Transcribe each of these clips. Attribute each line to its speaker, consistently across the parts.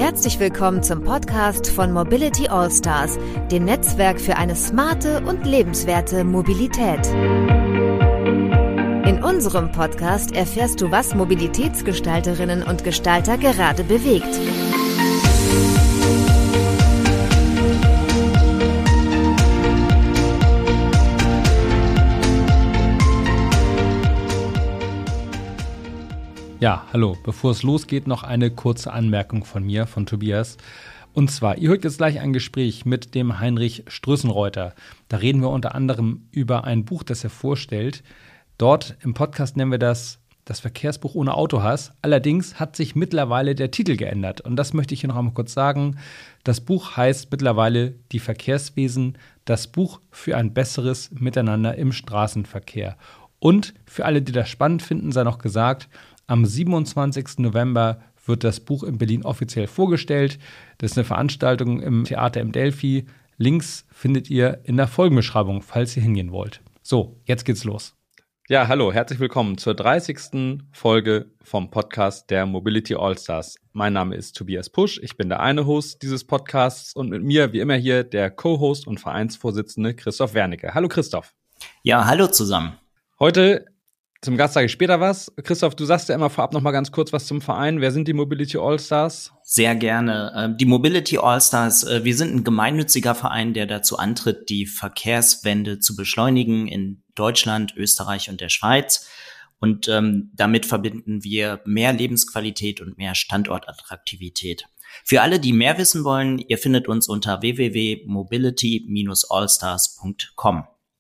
Speaker 1: Herzlich willkommen zum Podcast von Mobility Allstars, dem Netzwerk für eine smarte und lebenswerte Mobilität. In unserem Podcast erfährst du, was Mobilitätsgestalterinnen und Gestalter gerade bewegt.
Speaker 2: Ja, hallo. Bevor es losgeht, noch eine kurze Anmerkung von mir, von Tobias. Und zwar, ihr hört jetzt gleich ein Gespräch mit dem Heinrich Strößenreuter. Da reden wir unter anderem über ein Buch, das er vorstellt. Dort im Podcast nennen wir das Verkehrsbuch ohne Autohass. Allerdings hat sich mittlerweile der Titel geändert. Und das möchte ich hier noch einmal kurz sagen. Das Buch heißt mittlerweile Die Verkehrswesen, das Buch für ein besseres Miteinander im Straßenverkehr. Und für alle, die das spannend finden, sei noch gesagt, am 27. November wird das Buch in Berlin offiziell vorgestellt. Das ist eine Veranstaltung im Theater im Delphi. Links findet ihr in der Folgenbeschreibung, falls ihr hingehen wollt. So, jetzt geht's los.
Speaker 3: Ja, hallo, herzlich willkommen zur 30. Folge vom Podcast der Mobility Allstars. Mein Name ist Tobias Pusch, ich bin der eine Host dieses Podcasts und mit mir, wie immer hier, der Co-Host und Vereinsvorsitzende Christoph Wernicke. Hallo Christoph.
Speaker 4: Ja, hallo zusammen.
Speaker 3: Heute zum Gast sage ich später was. Christoph, du sagst ja immer vorab noch mal ganz kurz was zum Verein. Wer sind die Mobility Allstars?
Speaker 4: Sehr gerne. Die Mobility Allstars, wir sind ein gemeinnütziger Verein, der dazu antritt, die Verkehrswende zu beschleunigen in Deutschland, Österreich und der Schweiz. Und damit verbinden wir mehr Lebensqualität und mehr Standortattraktivität. Für alle, die mehr wissen wollen, ihr findet uns unter www.mobility-allstars.com.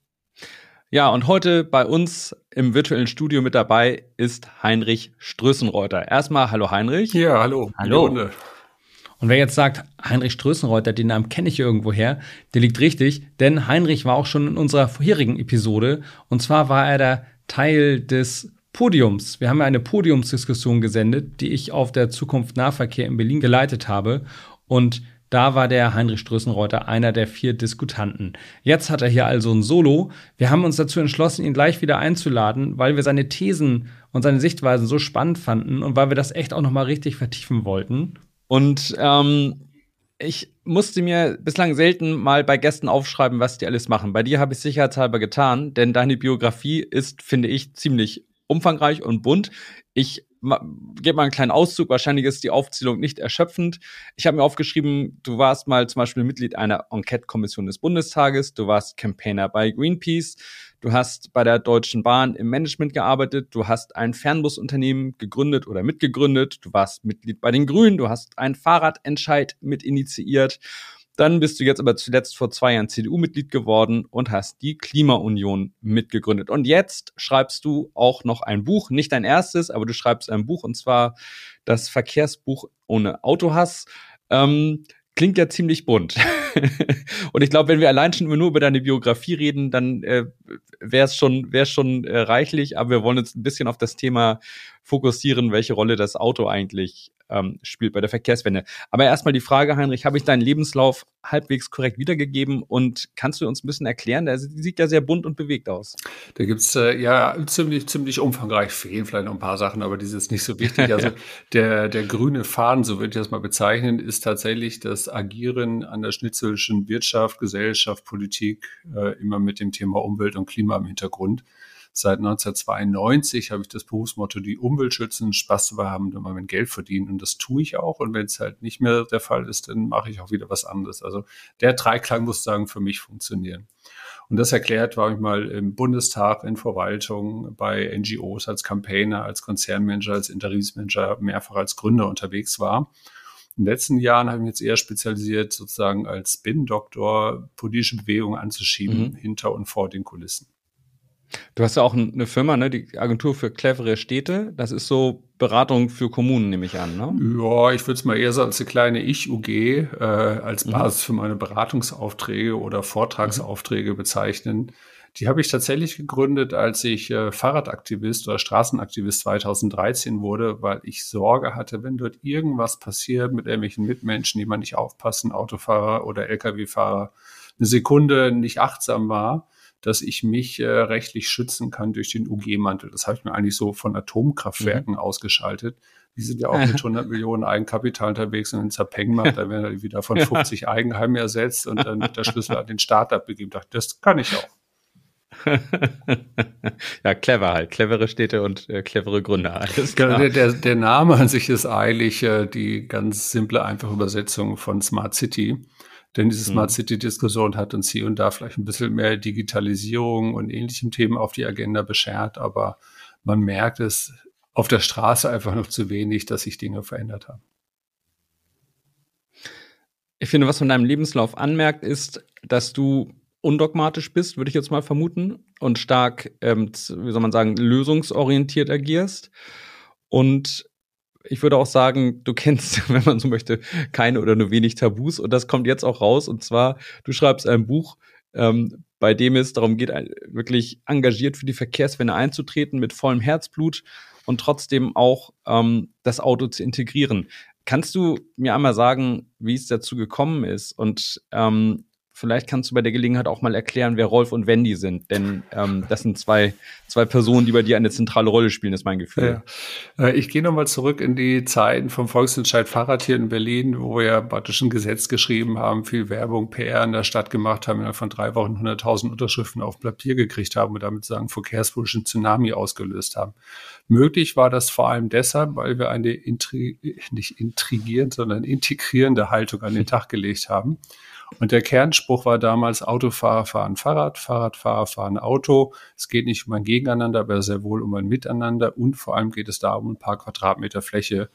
Speaker 3: Ja, und heute bei uns im virtuellen Studio mit dabei ist Heinrich Strößenreuter. Erstmal hallo Heinrich.
Speaker 5: Ja, hallo.
Speaker 4: Hallo.
Speaker 2: Und wer jetzt sagt, Heinrich Strößenreuter, den Namen kenne ich irgendwoher, der liegt richtig, denn Heinrich war auch schon in unserer vorherigen Episode und zwar war er da Teil des Podiums. Wir haben ja eine Podiumsdiskussion gesendet, die ich auf der Zukunft Nahverkehr in Berlin geleitet habe und da war der Heinrich Strößenreuter einer der 4 Diskutanten. Jetzt hat er hier also ein Solo. Wir haben uns dazu entschlossen, ihn gleich wieder einzuladen, weil wir seine Thesen und seine Sichtweisen so spannend fanden und weil wir das echt auch noch mal richtig vertiefen wollten.
Speaker 3: Und ich musste mir bislang selten mal bei Gästen aufschreiben, was die alles machen. Bei dir habe ich es sicherheitshalber getan, denn deine Biografie ist, finde ich, ziemlich umfangreich und bunt. Ich gebe mal einen kleinen Auszug, wahrscheinlich ist die Aufzählung nicht erschöpfend. Ich habe mir aufgeschrieben, du warst mal zum Beispiel Mitglied einer Enquete-Kommission des Bundestages, du warst Campaigner bei Greenpeace, du hast bei der Deutschen Bahn im Management gearbeitet, du hast ein Fernbusunternehmen gegründet oder mitgegründet, du warst Mitglied bei den Grünen, du hast einen Fahrradentscheid mit initiiert. Dann bist du jetzt aber zuletzt vor 2 Jahren CDU-Mitglied geworden und hast die Klimaunion mitgegründet. Und jetzt schreibst du auch noch ein Buch, nicht dein erstes, aber du schreibst ein Buch, und zwar das Verkehrsbuch ohne Autohass. Klingt ja ziemlich bunt. Und ich glaube, wenn wir allein schon immer nur über deine Biografie reden, dann wäre es schon reichlich. Aber wir wollen uns ein bisschen auf das Thema fokussieren, welche Rolle das Auto eigentlich spielt bei der Verkehrswende. Aber erstmal die Frage, Heinrich, habe ich deinen Lebenslauf halbwegs korrekt wiedergegeben und kannst du uns ein bisschen erklären? Der sieht ja sehr bunt und bewegt aus.
Speaker 5: Da gibt's ja ziemlich umfangreich, fehlen vielleicht noch ein paar Sachen, aber das ist nicht so wichtig. Also der grüne Faden, so würde ich das mal bezeichnen, ist tatsächlich das Agieren an der Schnittstelle zwischen Wirtschaft, Gesellschaft, Politik, immer mit dem Thema Umwelt und Klima im Hintergrund. Seit 1992 habe ich das Berufsmotto, die Umwelt schützen, Spaß dabei haben und mal mit Geld verdienen. Und das tue ich auch. Und wenn es halt nicht mehr der Fall ist, dann mache ich auch wieder was anderes. Also der Dreiklang muss sagen, für mich funktionieren. Und das erklärt, war ich mal im Bundestag, in Verwaltung, bei NGOs als Campaigner, als Konzernmanager, als Interimsmanager, mehrfach als Gründer unterwegs war. In den letzten Jahren habe ich mich jetzt eher spezialisiert, sozusagen als Spin-Doktor politische Bewegungen anzuschieben, hinter und vor den Kulissen.
Speaker 3: Du hast ja auch eine Firma, ne, die Agentur für clevere Städte. Das ist so Beratung für Kommunen, nehme ich an, ne?
Speaker 5: Ja, ich würde es mal eher so als eine kleine Ich-UG als Basis für meine Beratungsaufträge oder Vortragsaufträge bezeichnen. Die habe ich tatsächlich gegründet, als ich Fahrradaktivist oder Straßenaktivist 2013 wurde, weil ich Sorge hatte, wenn dort irgendwas passiert mit irgendwelchen Mitmenschen, die man nicht aufpassen, Autofahrer oder Lkw-Fahrer, eine Sekunde nicht achtsam war, dass ich mich rechtlich schützen kann durch den UG-Mantel. Das habe ich mir eigentlich so von Atomkraftwerken ausgeschaltet. Die sind ja auch mit 100 Millionen Eigenkapital unterwegs und wenn es Peng macht, dann werden wieder von 50 Eigenheimen ersetzt und dann wird der Schlüssel an den Staat abgegeben. Ich dachte, das kann ich auch.
Speaker 3: Ja, clever halt. Clevere Städte und clevere Gründer. Alles klar.
Speaker 5: Der Name an sich ist eigentlich die ganz simple, einfache Übersetzung von Smart City. Denn diese Smart City-Diskussion hat uns hier und da vielleicht ein bisschen mehr Digitalisierung und ähnlichen Themen auf die Agenda beschert. Aber man merkt es auf der Straße einfach noch zu wenig, dass sich Dinge verändert haben.
Speaker 3: Ich finde, was man deinem Lebenslauf anmerkt, ist, dass du undogmatisch bist, würde ich jetzt mal vermuten, und stark, wie soll man sagen, lösungsorientiert agierst. Und ich würde auch sagen, du kennst, wenn man so möchte, keine oder nur wenig Tabus. Und das kommt jetzt auch raus. Und zwar, du schreibst ein Buch, bei dem es darum geht, wirklich engagiert für die Verkehrswende einzutreten, mit vollem Herzblut und trotzdem auch das Auto zu integrieren. Kannst du mir einmal sagen, wie es dazu gekommen ist? Und vielleicht kannst du bei der Gelegenheit auch mal erklären, wer Rolf und Wendy sind. Denn das sind zwei Personen, die bei dir eine zentrale Rolle spielen, ist mein Gefühl.
Speaker 5: Ja. Ich gehe nochmal zurück in die Zeiten vom Volksentscheid Fahrrad hier in Berlin, wo wir praktisch ein Gesetz geschrieben haben, viel Werbung, PR in der Stadt gemacht haben, innerhalb von 3 Wochen 100.000 Unterschriften auf Papier gekriegt haben und damit sagen, verkehrspolitischen Tsunami ausgelöst haben. Möglich war das vor allem deshalb, weil wir eine nicht intrigierend, sondern integrierende Haltung an den Tag gelegt haben. Und der Kernspruch war damals, Autofahrer fahren Fahrrad, Fahrradfahrer fahren Auto. Es geht nicht um ein Gegeneinander, aber sehr wohl um ein Miteinander. Und vor allem geht es da um ein paar Quadratmeter Fläche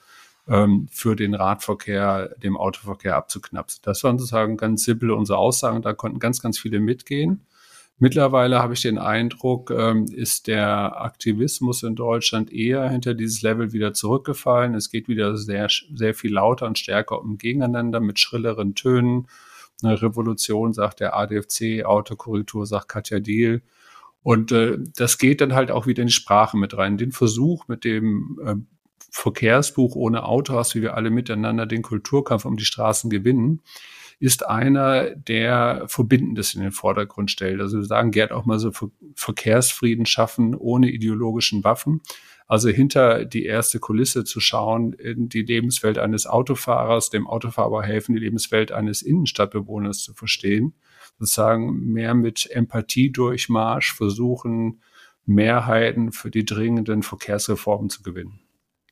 Speaker 5: für den Radverkehr, dem Autoverkehr abzuknapsen. Das waren sozusagen ganz simple unsere Aussagen. Da konnten ganz, ganz viele mitgehen. Mittlerweile habe ich den Eindruck, ist der Aktivismus in Deutschland eher hinter dieses Level wieder zurückgefallen. Es geht wieder sehr, sehr viel lauter und stärker um Gegeneinander mit schrilleren Tönen. Eine Revolution, sagt der ADFC, Autokorrektur, sagt Katja Diehl. Und das geht dann halt auch wieder in die Sprache mit rein. Den Versuch mit dem Verkehrsbuch ohne Autos, wie wir alle miteinander den Kulturkampf um die Straßen gewinnen, ist einer, der Verbindendes in den Vordergrund stellt. Also wir sagen gerne auch mal so Verkehrsfrieden schaffen ohne ideologischen Waffen. Also hinter die erste Kulisse zu schauen, in die Lebenswelt eines Autofahrers, dem Autofahrer helfen, die Lebenswelt eines Innenstadtbewohners zu verstehen. Sozusagen mehr mit Empathiedurchmarsch versuchen, Mehrheiten für die dringenden Verkehrsreformen zu gewinnen.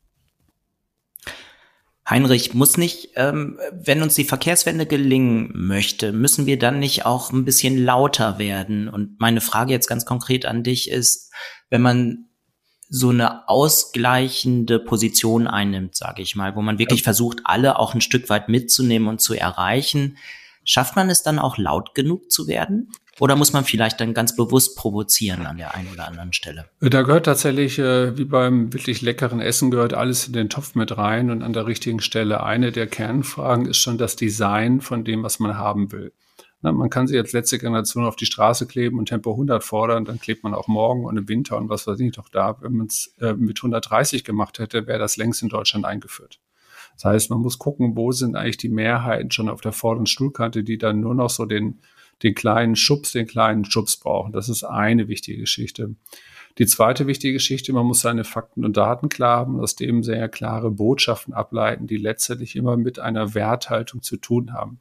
Speaker 4: Heinrich, muss nicht, wenn uns die Verkehrswende gelingen möchte, müssen wir dann nicht auch ein bisschen lauter werden? Und meine Frage jetzt ganz konkret an dich ist, wenn man so eine ausgleichende Position einnimmt, sage ich mal, wo man wirklich versucht, alle auch ein Stück weit mitzunehmen und zu erreichen, schafft man es dann auch laut genug zu werden? Oder muss man vielleicht dann ganz bewusst provozieren an der einen oder anderen Stelle?
Speaker 5: Da gehört tatsächlich, wie beim wirklich leckeren Essen, gehört alles in den Topf mit rein und an der richtigen Stelle. Eine der Kernfragen ist schon das Design von dem, was man haben will. Na, man kann sich als letzte Generation auf die Straße kleben und Tempo 100 fordern, dann klebt man auch morgen und im Winter und was weiß ich noch da. Wenn man es mit 130 gemacht hätte, wäre das längst in Deutschland eingeführt. Das heißt, man muss gucken, wo sind eigentlich die Mehrheiten schon auf der vorderen Stuhlkante, die dann nur noch so den kleinen Schubs brauchen. Das ist eine wichtige Geschichte. Die zweite wichtige Geschichte, man muss seine Fakten und Daten klar haben, aus dem sehr klare Botschaften ableiten, die letztendlich immer mit einer Werthaltung zu tun haben.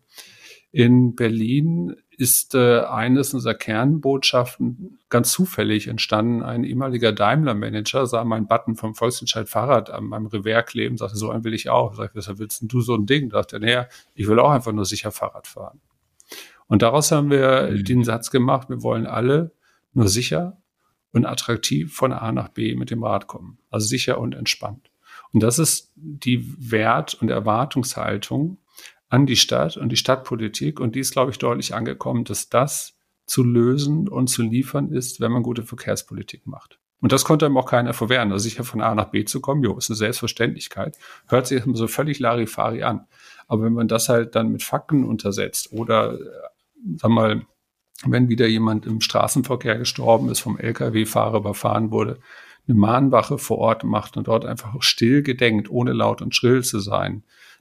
Speaker 5: In Berlin ist eines unserer Kernbotschaften ganz zufällig entstanden. Ein ehemaliger Daimler-Manager sah meinen Button vom Volksentscheid Fahrrad an meinem Revers kleben, sagte, so einen will ich auch. Ich sagte, weshalb willst denn du so ein Ding? Da dachte er, naja, ich will auch einfach nur sicher Fahrrad fahren. Und daraus haben wir den Satz gemacht, wir wollen alle nur sicher und attraktiv von A nach B mit dem Rad kommen. Also sicher und entspannt. Und das ist die Wert- und Erwartungshaltung an die Stadt und die Stadtpolitik. Und die ist, glaube ich, deutlich angekommen, dass das zu lösen und zu liefern ist, wenn man gute Verkehrspolitik macht. Und das konnte einem auch keiner verwehren. Also sicher von A nach B zu kommen, ist eine Selbstverständlichkeit. Hört sich so völlig Larifari an. Aber wenn man das halt dann mit Fakten untersetzt oder, sag mal, wenn wieder jemand im Straßenverkehr gestorben ist, vom Lkw-Fahrer überfahren wurde, eine Mahnwache vor Ort macht und dort einfach still gedenkt, ohne laut und schrill zu sein,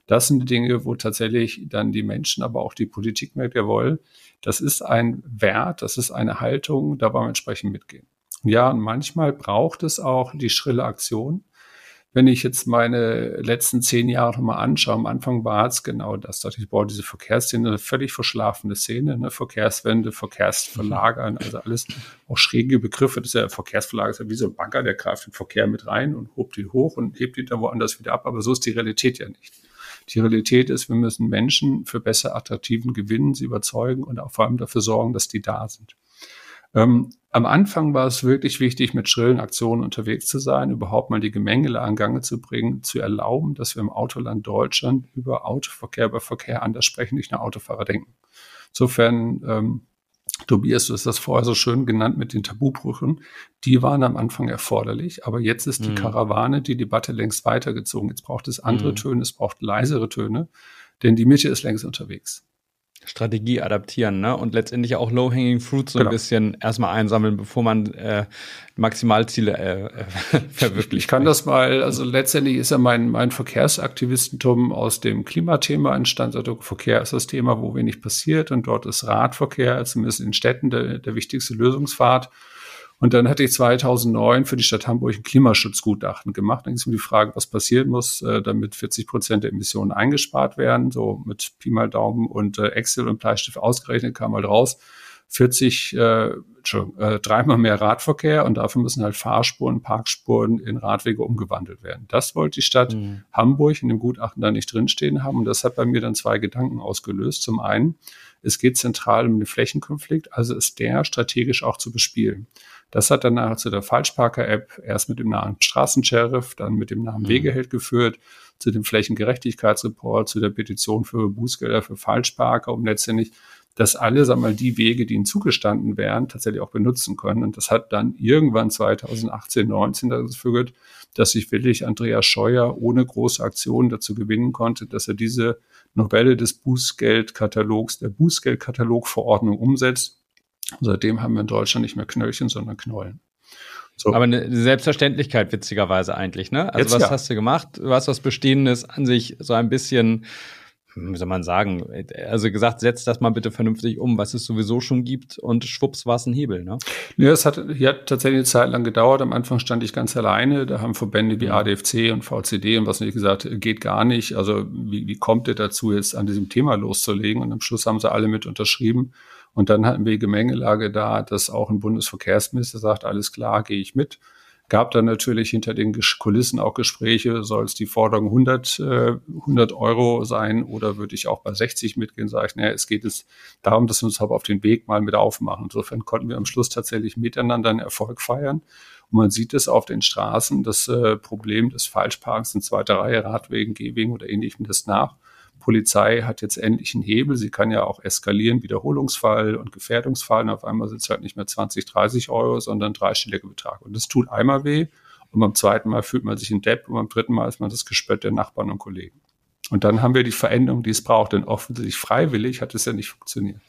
Speaker 5: Das sind die Dinge, wo tatsächlich dann die Menschen, aber auch die Politik merkt, jawohl, das ist ein Wert, das ist eine Haltung, da wollen wir entsprechend mitgehen. Ja, und manchmal braucht es auch die schrille Aktion. Wenn ich jetzt meine letzten 10 Jahre nochmal anschaue, am Anfang war es genau das. Da dachte ich, diese Verkehrsszene, eine völlig verschlafene Szene, ne? Verkehrswende, Verkehrsverlagern, also alles auch schräge Begriffe. Das ist ja Verkehrsverlager, ist ja wie so ein Bagger, der greift den Verkehr mit rein und hobt ihn hoch und hebt ihn dann woanders wieder ab. Aber so ist die Realität ja nicht. Die Realität ist, wir müssen Menschen für besser attraktiven gewinnen, sie überzeugen und auch vor allem dafür sorgen, dass die da sind. Am Anfang war es wirklich wichtig, mit schrillen Aktionen unterwegs zu sein, überhaupt mal die Gemengele an Gange zu bringen, zu erlauben, dass wir im Autoland Deutschland über Verkehr anders sprechen, nicht nur Autofahrer denken. Insofern, Tobias, du hast das vorher so schön genannt mit den Tabubrüchen, die waren am Anfang erforderlich, aber jetzt ist die Karawane, die Debatte längst weitergezogen. Jetzt braucht es andere Töne, es braucht leisere Töne, denn die Mitte ist längst unterwegs.
Speaker 3: Strategie adaptieren, ne? Und letztendlich auch Low-Hanging Fruit so ein bisschen erstmal einsammeln, bevor man Maximalziele verwirklicht.
Speaker 5: Ich kann das mal, also letztendlich ist ja mein Verkehrsaktivistentum aus dem Klimathema entstanden. Also Verkehr ist das Thema, wo wenig passiert, und dort ist Radverkehr, zumindest in Städten, der wichtigste Lösungspfad. Und dann hatte ich 2009 für die Stadt Hamburg ein Klimaschutzgutachten gemacht. Dann ging es um die Frage, was passieren muss, damit 40% der Emissionen eingespart werden. So mit Pi mal Daumen und Excel und Bleistift ausgerechnet kam halt raus, 3-mal mehr Radverkehr, und dafür müssen halt Fahrspuren, Parkspuren in Radwege umgewandelt werden. Das wollte die Stadt Hamburg in dem Gutachten da nicht drinstehen haben, und das hat bei mir dann 2 Gedanken ausgelöst. Zum einen, es geht zentral um den Flächenkonflikt, also ist der strategisch auch zu bespielen. Das hat dann nachher zu der Falschparker-App erst mit dem Namen Straßensheriff, dann mit dem Namen Wegeheld geführt, zu dem Flächengerechtigkeitsreport, zu der Petition für Bußgelder für Falschparker, um letztendlich, dass alle, sagen wir mal, die Wege, die ihnen zugestanden wären, tatsächlich auch benutzen können. Und das hat dann irgendwann 2018, 19 dazu geführt, dass sich wirklich Andreas Scheuer ohne große Aktionen dazu gewinnen konnte, dass er diese Novelle des Bußgeldkatalogs, der Bußgeldkatalogverordnung umsetzt. Seitdem haben wir in Deutschland nicht mehr Knöllchen, sondern Knollen.
Speaker 3: So. Aber eine Selbstverständlichkeit, witzigerweise eigentlich, ne? Also jetzt, was hast du gemacht? Du hast was Bestehendes an sich so ein bisschen, wie soll man sagen, also gesagt, setz das mal bitte vernünftig um, was es sowieso schon gibt, und schwupps war es ein Hebel, ne?
Speaker 5: Ja, es hat tatsächlich eine Zeit lang gedauert. Am Anfang stand ich ganz alleine. Da haben Verbände wie ADFC und VCD und was nicht gesagt, geht gar nicht. Also wie kommt ihr dazu, jetzt an diesem Thema loszulegen? Und am Schluss haben sie alle mit unterschrieben. Und dann hatten wir die Gemengelage da, dass auch ein Bundesverkehrsminister sagt, alles klar, gehe ich mit. Gab dann natürlich hinter den Kulissen auch Gespräche, soll es die Forderung 100 Euro sein oder würde ich auch bei 60 mitgehen, sage ich, naja, es geht jetzt darum, dass wir uns aber auf den Weg mal mit aufmachen. Insofern konnten wir am Schluss tatsächlich miteinander einen Erfolg feiern. Und man sieht es auf den Straßen, das Problem des Falschparkens in zweiter Reihe, Radwegen, Gehwegen oder ähnlichem, das nach. Polizei hat jetzt endlich einen Hebel. Sie kann ja auch eskalieren, Wiederholungsfall und Gefährdungsfall. Und auf einmal sind es halt nicht mehr 20, 30 Euro, sondern 3-stelliger Betrag. Und das tut einmal weh. Und beim zweiten Mal fühlt man sich ein Depp. Und beim dritten Mal ist man das Gespött der Nachbarn und Kollegen. Und dann haben wir die Veränderung, die es braucht. Denn offensichtlich freiwillig hat es ja nicht funktioniert.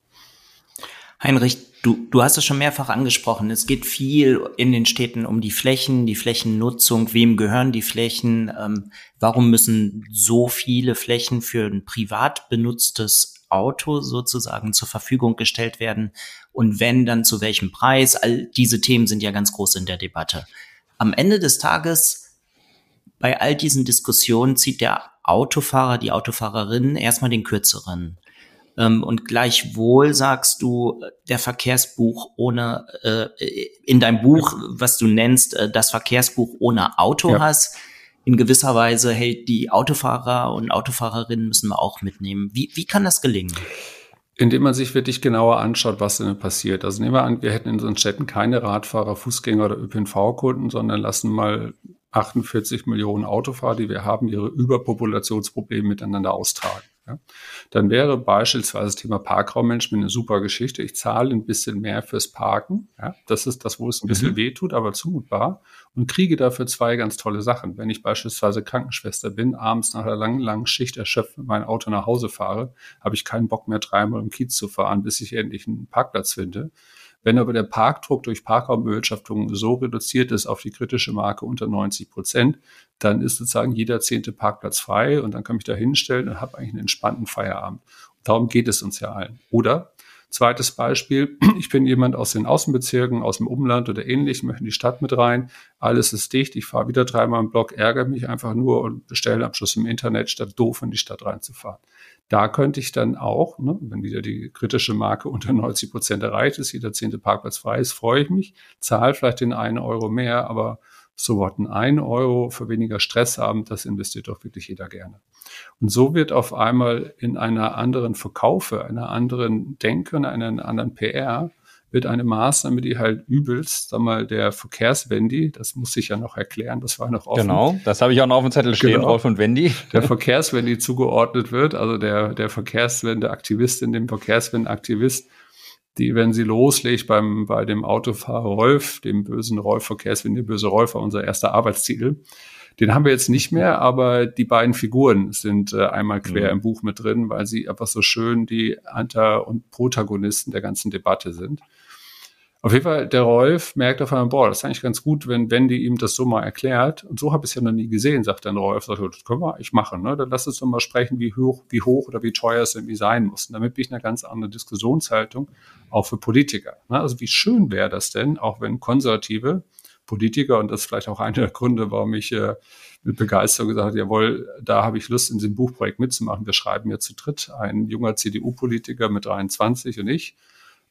Speaker 4: Heinrich, du hast es schon mehrfach angesprochen. Es geht viel in den Städten um die Flächen, die Flächennutzung. Wem gehören die Flächen? Warum müssen so viele Flächen für ein privat benutztes Auto sozusagen zur Verfügung gestellt werden? Und wenn, dann zu welchem Preis? All diese Themen sind ja ganz groß in der Debatte. Am Ende des Tages, bei all diesen Diskussionen, zieht der Autofahrer, die Autofahrerin erstmal den kürzeren. Und gleichwohl sagst du, der Verkehrsbuch ohne, in deinem Buch, was du nennst, das Verkehrsbuch ohne Autohass, in gewisser Weise, hey, die Autofahrer und Autofahrerinnen müssen wir auch mitnehmen. Wie kann das gelingen?
Speaker 5: Indem man sich wirklich genauer anschaut, was denn passiert. Also nehmen wir an, wir hätten in unseren Städten keine Radfahrer, Fußgänger oder ÖPNV-Kunden, sondern lassen mal 48 Millionen Autofahrer, die wir haben, ihre Überpopulationsprobleme miteinander austragen. Ja, dann wäre beispielsweise das Thema Parkraummanagement eine super Geschichte. Ich zahle ein bisschen mehr fürs Parken. Ja, das ist das, wo es ein bisschen weh tut, aber zumutbar. Und kriege dafür 2 ganz tolle Sachen. Wenn ich beispielsweise Krankenschwester bin, abends nach einer langen Schicht erschöpft mit meinem Auto nach Hause fahre, habe ich keinen Bock mehr, 3-mal im Kiez zu fahren, bis ich endlich einen Parkplatz finde. Wenn aber der Parkdruck durch Parkraumbewirtschaftung so reduziert ist auf die kritische Marke unter 90%, dann ist sozusagen jeder 10. Parkplatz frei und dann kann ich da hinstellen und habe eigentlich einen entspannten Feierabend. Darum geht es uns ja allen. Oder zweites Beispiel, ich bin jemand aus den Außenbezirken, aus dem Umland oder ähnlich, möchte in die Stadt mit rein, alles ist dicht, ich fahre wieder 3-mal im Block, ärgere mich einfach nur und bestelle Abschluss im Internet, statt doof in die Stadt reinzufahren. Da könnte ich dann auch, wenn wieder die kritische Marke unter 90% erreicht ist, jeder 10. Parkplatz frei ist, freue ich mich, zahle vielleicht den 1 Euro mehr, aber so what, 1 Euro für weniger Stress haben, das investiert doch wirklich jeder gerne. Und so wird auf einmal in einer anderen Verkaufe, einer anderen Denke und einer anderen PR wird eine Maßnahme, die halt übelst, sag mal, der Verkehrswendy, das muss ich ja noch erklären, das war noch offen.
Speaker 3: Genau, das habe ich auch noch auf dem Zettel stehen,
Speaker 5: genau.
Speaker 3: Rolf und Wendy.
Speaker 5: Der Verkehrswendy zugeordnet wird, also der Verkehrswende-Aktivistin, dem Verkehrswende-Aktivist, die, wenn sie loslegt bei dem Autofahrer Rolf, dem bösen Rolf, Verkehrswende, böse Rolf war unser erster Arbeitstitel. Den haben wir jetzt nicht mehr, aber die beiden Figuren sind einmal quer im Buch mit drin, weil sie einfach so schön die und Protagonisten der ganzen Debatte sind. Auf jeden Fall, der Rolf merkt auf einmal, das ist eigentlich ganz gut, wenn Wendy ihm das so mal erklärt. Und so habe ich es ja noch nie gesehen, sagt dann Rolf. Sagt, das können wir eigentlich machen. Ne? Dann lass uns doch mal sprechen, wie hoch oder wie teuer es irgendwie sein muss. Und damit bin ich eine ganz andere Diskussionshaltung, auch für Politiker. Ne? Also wie schön wäre das denn, auch wenn konservative Politiker, und das ist vielleicht auch einer der Gründe, warum ich mit Begeisterung gesagt habe, jawohl, da habe ich Lust, in diesem Buchprojekt mitzumachen. Wir schreiben ja zu dritt, ein junger CDU-Politiker mit 23 und ich,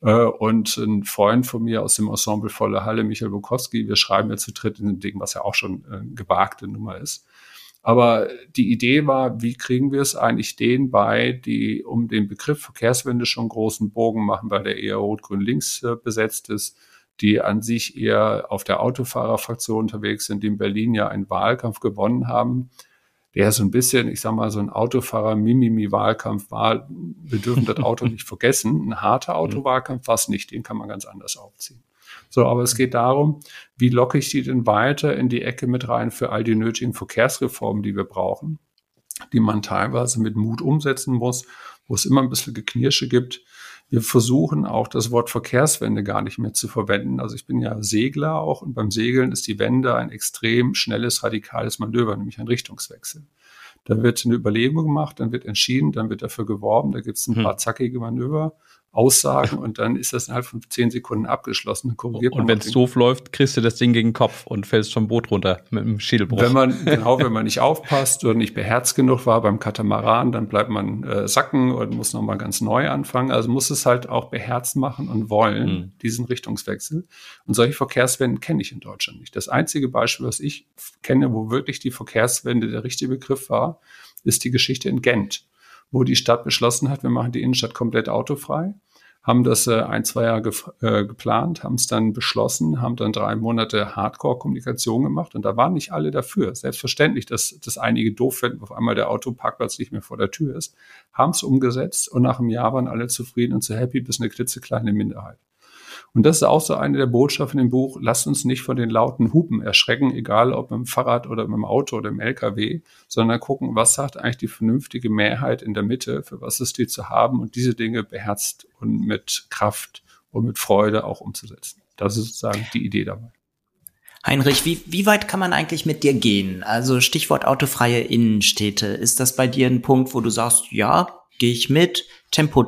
Speaker 5: und ein Freund von mir aus dem Ensemble Volle Halle, Michael Bukowski. Wir schreiben ja zu dritt in dem Ding, was ja auch schon gewagte Nummer ist. Aber die Idee war, wie kriegen wir es eigentlich denen bei, die um den Begriff Verkehrswende schon einen großen Bogen machen, weil der eher rot-grün-links besetzt ist, die an sich eher auf der Autofahrerfraktion unterwegs sind, die in Berlin ja einen Wahlkampf gewonnen haben, der so ein bisschen, ich sag mal, so ein Autofahrer-Mimimi-Wahlkampf war. Wir dürfen das Auto nicht vergessen. Ein harter Autowahlkampf war es nicht, den kann man ganz anders aufziehen. So, aber es geht darum, wie locke ich die denn weiter in die Ecke mit rein für all die nötigen Verkehrsreformen, die wir brauchen, die man teilweise mit Mut umsetzen muss, wo es immer ein bisschen Geknirsche gibt. Wir versuchen auch das Wort Verkehrswende gar nicht mehr zu verwenden. Also ich bin ja Segler auch und beim Segeln ist die Wende ein extrem schnelles, radikales Manöver, nämlich ein Richtungswechsel. Da wird eine Überlegung gemacht, dann wird entschieden, dann wird dafür geworben, da gibt es ein paar zackige Manöver, Aussagen und dann ist das innerhalb von 10 Sekunden abgeschlossen.
Speaker 3: Und wenn es doof läuft, kriegst du das Ding gegen den Kopf und fällst vom Boot runter mit einem Schädelbruch.
Speaker 5: Wenn man nicht aufpasst oder nicht beherzt genug war beim Katamaran, dann bleibt man sacken und muss nochmal ganz neu anfangen. Also muss es halt auch beherzt machen und wollen, diesen Richtungswechsel. Und solche Verkehrswenden kenne ich in Deutschland nicht. Das einzige Beispiel, was ich kenne, wo wirklich die Verkehrswende der richtige Begriff war, ist die Geschichte in Gent, wo die Stadt beschlossen hat, wir machen die Innenstadt komplett autofrei, haben das 1-2 Jahre geplant, haben es dann beschlossen, haben dann 3 Monate Hardcore-Kommunikation gemacht und da waren nicht alle dafür. Selbstverständlich, dass einige doof finden, auf einmal der Autoparkplatz nicht mehr vor der Tür ist, haben es umgesetzt und nach einem Jahr waren alle zufrieden und so happy bis eine klitzekleine Minderheit. Und das ist auch so eine der Botschaften im Buch, lasst uns nicht von den lauten Hupen erschrecken, egal ob mit dem Fahrrad oder mit dem Auto oder im LKW, sondern gucken, was sagt eigentlich die vernünftige Mehrheit in der Mitte, für was ist die zu haben und diese Dinge beherzt und mit Kraft und mit Freude auch umzusetzen. Das ist sozusagen die Idee dabei.
Speaker 4: Heinrich, wie weit kann man eigentlich mit dir gehen? Also Stichwort autofreie Innenstädte. Ist das bei dir ein Punkt, wo du sagst, ja, gehe ich mit? Tempo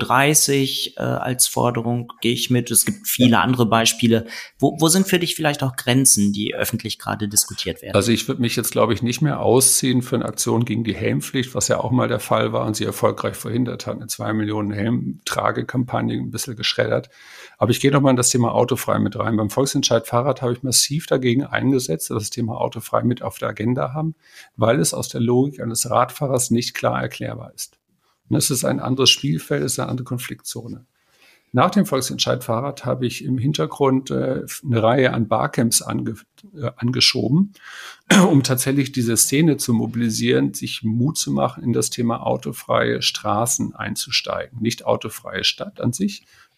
Speaker 4: 30 als Forderung gehe ich mit. Es gibt viele andere Beispiele. Wo sind für dich vielleicht auch Grenzen, die öffentlich gerade diskutiert werden?
Speaker 5: Also ich würde mich jetzt, glaube ich, nicht mehr ausziehen für eine Aktion gegen die Helmpflicht, was ja auch mal der Fall war und sie erfolgreich verhindert hat. Eine 2 Millionen Helmtragekampagne, ein bisschen geschreddert. Aber ich gehe nochmal in das Thema autofrei mit rein. Beim Volksentscheid Fahrrad habe ich massiv dagegen eingesetzt, dass wir das Thema autofrei mit auf der Agenda haben, weil es aus der Logik eines Radfahrers nicht klar erklärbar ist. Und es ist ein anderes Spielfeld, es ist eine andere Konfliktzone. Nach dem Volksentscheid Fahrrad habe ich im Hintergrund eine Reihe an Barcamps angeschoben, um tatsächlich diese Szene zu mobilisieren, sich Mut zu machen, in das Thema autofreie Straßen einzusteigen. Nicht autofreie Stadt an sich,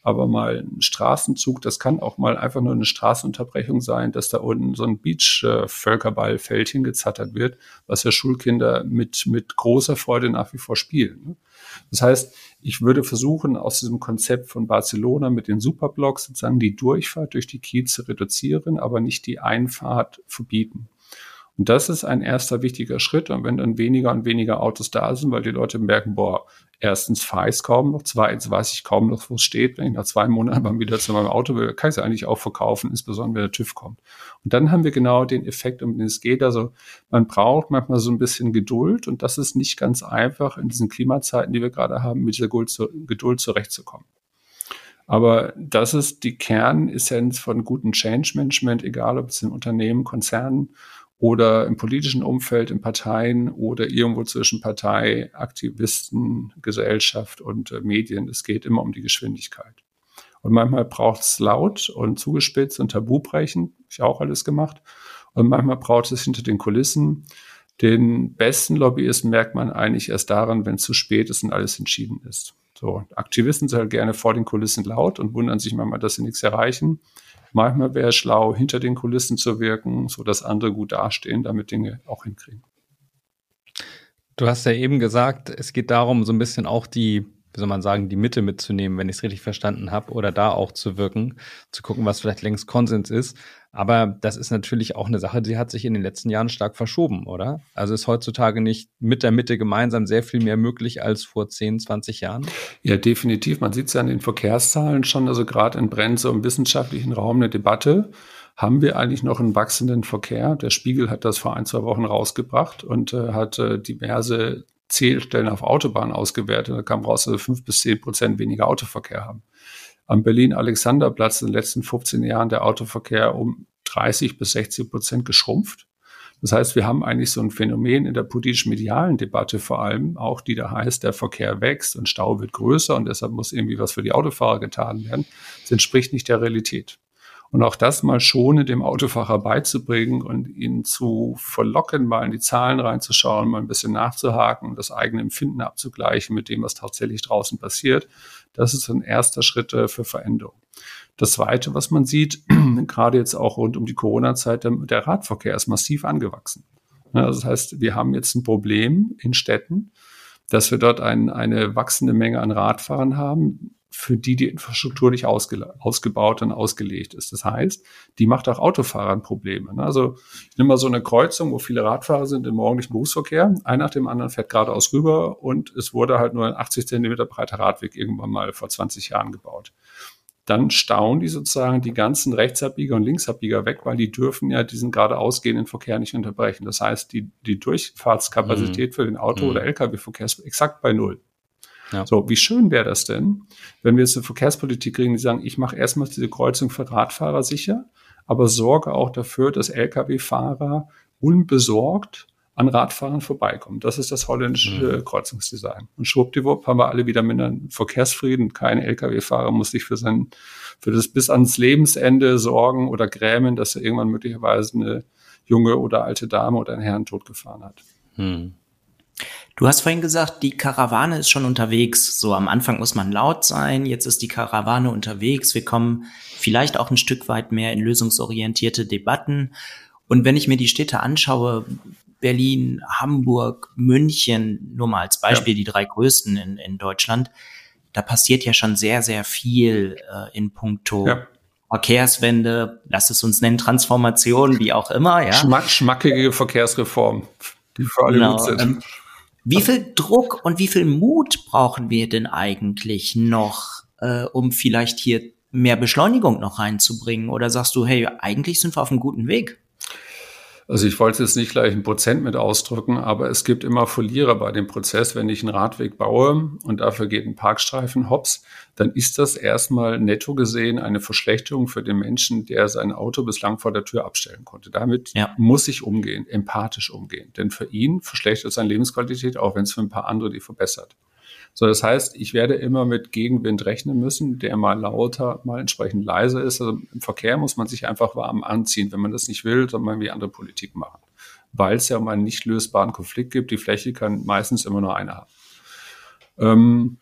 Speaker 5: Aber mal ein Straßenzug, das kann auch mal einfach nur eine Straßenunterbrechung sein, dass da unten so ein Beach-Völkerballfeldchen gezattert wird, was ja Schulkinder mit großer Freude nach wie vor spielen. Das heißt, ich würde versuchen, aus diesem Konzept von Barcelona mit den Superblocks sozusagen die Durchfahrt durch die Kieze reduzieren, aber nicht die Einfahrt verbieten. Und das ist ein erster wichtiger Schritt. Und wenn dann weniger und weniger Autos da sind, weil die Leute merken, boah, erstens fahre ich es kaum noch, zweitens weiß ich kaum noch, wo es steht. Wenn ich nach 2 Monaten mal wieder zu meinem Auto will, kann ich es eigentlich auch verkaufen, insbesondere wenn der TÜV kommt. Und dann haben wir genau den Effekt, um den es geht. Also man braucht manchmal so ein bisschen Geduld und das ist nicht ganz einfach in diesen Klimazeiten, die wir gerade haben, mit dieser Geduld zurechtzukommen. Aber das ist die Kernessenz von gutem Change Management, egal ob es in Unternehmen, Konzernen oder im politischen Umfeld, in Parteien oder irgendwo zwischen Partei, Aktivisten, Gesellschaft und Medien. Es geht immer um die Geschwindigkeit. Und manchmal braucht es laut und zugespitzt und Tabubrechen, habe ich auch alles gemacht. Und manchmal braucht es hinter den Kulissen. Den besten Lobbyisten merkt man eigentlich erst daran, wenn es zu spät ist und alles entschieden ist. So, Aktivisten sind halt gerne vor den Kulissen laut und wundern sich manchmal, dass sie nichts erreichen. Manchmal wäre es schlau, hinter den Kulissen zu wirken, sodass andere gut dastehen, damit Dinge auch hinkriegen.
Speaker 3: Du hast ja eben gesagt, es geht darum, so ein bisschen auch die Mitte mitzunehmen, wenn ich es richtig verstanden habe, oder da auch zu wirken, zu gucken, was vielleicht längst Konsens ist. Aber das ist natürlich auch eine Sache, die hat sich in den letzten Jahren stark verschoben, oder? Also ist heutzutage nicht mit der Mitte gemeinsam sehr viel mehr möglich als vor 10, 20 Jahren?
Speaker 5: Ja, definitiv. Man sieht es ja an den Verkehrszahlen schon, also gerade in brennt so im wissenschaftlichen Raum eine Debatte. Haben wir eigentlich noch einen wachsenden Verkehr? Der Spiegel hat das vor 1, 2 Wochen rausgebracht und hat diverse Zählstellen auf Autobahnen ausgewertet. Da kam raus, dass wir 5-10% weniger Autoverkehr haben. Am Berlin-Alexanderplatz in den letzten 15 Jahren der Autoverkehr um 30-60% geschrumpft. Das heißt, wir haben eigentlich so ein Phänomen in der politisch-medialen Debatte vor allem, auch die da heißt, der Verkehr wächst und Stau wird größer und deshalb muss irgendwie was für die Autofahrer getan werden. Das entspricht nicht der Realität. Und auch das mal schonend dem Autofahrer beizubringen und ihn zu verlocken, mal in die Zahlen reinzuschauen, mal ein bisschen nachzuhaken, das eigene Empfinden abzugleichen mit dem, was tatsächlich draußen passiert. Das ist ein erster Schritt für Veränderung. Das Zweite, was man sieht, gerade jetzt auch rund um die Corona-Zeit, der Radverkehr ist massiv angewachsen. Also das heißt, wir haben jetzt ein Problem in Städten, dass wir dort eine wachsende Menge an Radfahrern haben, für die Infrastruktur nicht ausgebaut und ausgelegt ist. Das heißt, die macht auch Autofahrern Probleme. Also ich nehme mal so eine Kreuzung, wo viele Radfahrer sind im morgendlichen Berufsverkehr. Ein nach dem anderen fährt geradeaus rüber und es wurde halt nur ein 80 Zentimeter breiter Radweg irgendwann mal vor 20 Jahren gebaut. Dann stauen die sozusagen die ganzen Rechtsabbieger und Linksabbieger weg, weil die dürfen ja diesen geradeaus gehenden Verkehr nicht unterbrechen. Das heißt, die Durchfahrtskapazität für den Auto- oder Lkw-Verkehr ist exakt bei 0. Ja. So, wie schön wäre das denn, wenn wir jetzt eine Verkehrspolitik kriegen, die sagen, ich mache erstmal diese Kreuzung für Radfahrer sicher, aber sorge auch dafür, dass Lkw-Fahrer unbesorgt an Radfahrern vorbeikommen. Das ist das holländische Kreuzungsdesign. Und schwuppdiwupp haben wir alle wieder mit einem Verkehrsfrieden. Kein Lkw-Fahrer muss sich für das bis ans Lebensende sorgen oder grämen, dass er irgendwann möglicherweise eine junge oder alte Dame oder einen Herrn totgefahren hat.
Speaker 4: Du hast vorhin gesagt, die Karawane ist schon unterwegs. So am Anfang muss man laut sein, jetzt ist die Karawane unterwegs. Wir kommen vielleicht auch ein Stück weit mehr in lösungsorientierte Debatten. Und wenn ich mir die Städte anschaue, Berlin, Hamburg, München, nur mal als Beispiel, die 3 größten in Deutschland, da passiert ja schon sehr, sehr viel in puncto Verkehrswende, lass es uns nennen, Transformation, wie auch immer. Ja.
Speaker 5: Schmackige Verkehrsreform, die für alle gut sind.
Speaker 4: Wie viel Druck und wie viel Mut brauchen wir denn eigentlich noch, um vielleicht hier mehr Beschleunigung noch reinzubringen? Oder sagst du, hey, eigentlich sind wir auf einem guten Weg?
Speaker 5: Also ich wollte jetzt nicht gleich ein Prozent mit ausdrücken, aber es gibt immer Verlierer bei dem Prozess. Wenn ich einen Radweg baue und dafür geht ein Parkstreifen hops, dann ist das erstmal netto gesehen eine Verschlechterung für den Menschen, der sein Auto bislang vor der Tür abstellen konnte. Damit muss ich umgehen, empathisch umgehen. Denn für ihn verschlechtert seine Lebensqualität, auch wenn es für ein paar andere die verbessert. So, das heißt, ich werde immer mit Gegenwind rechnen müssen, der mal lauter, mal entsprechend leiser ist. Also im Verkehr muss man sich einfach warm anziehen. Wenn man das nicht will, soll man wie andere Politik machen. Weil es ja um einen nicht lösbaren Konflikt gibt. Die Fläche kann meistens immer nur eine haben.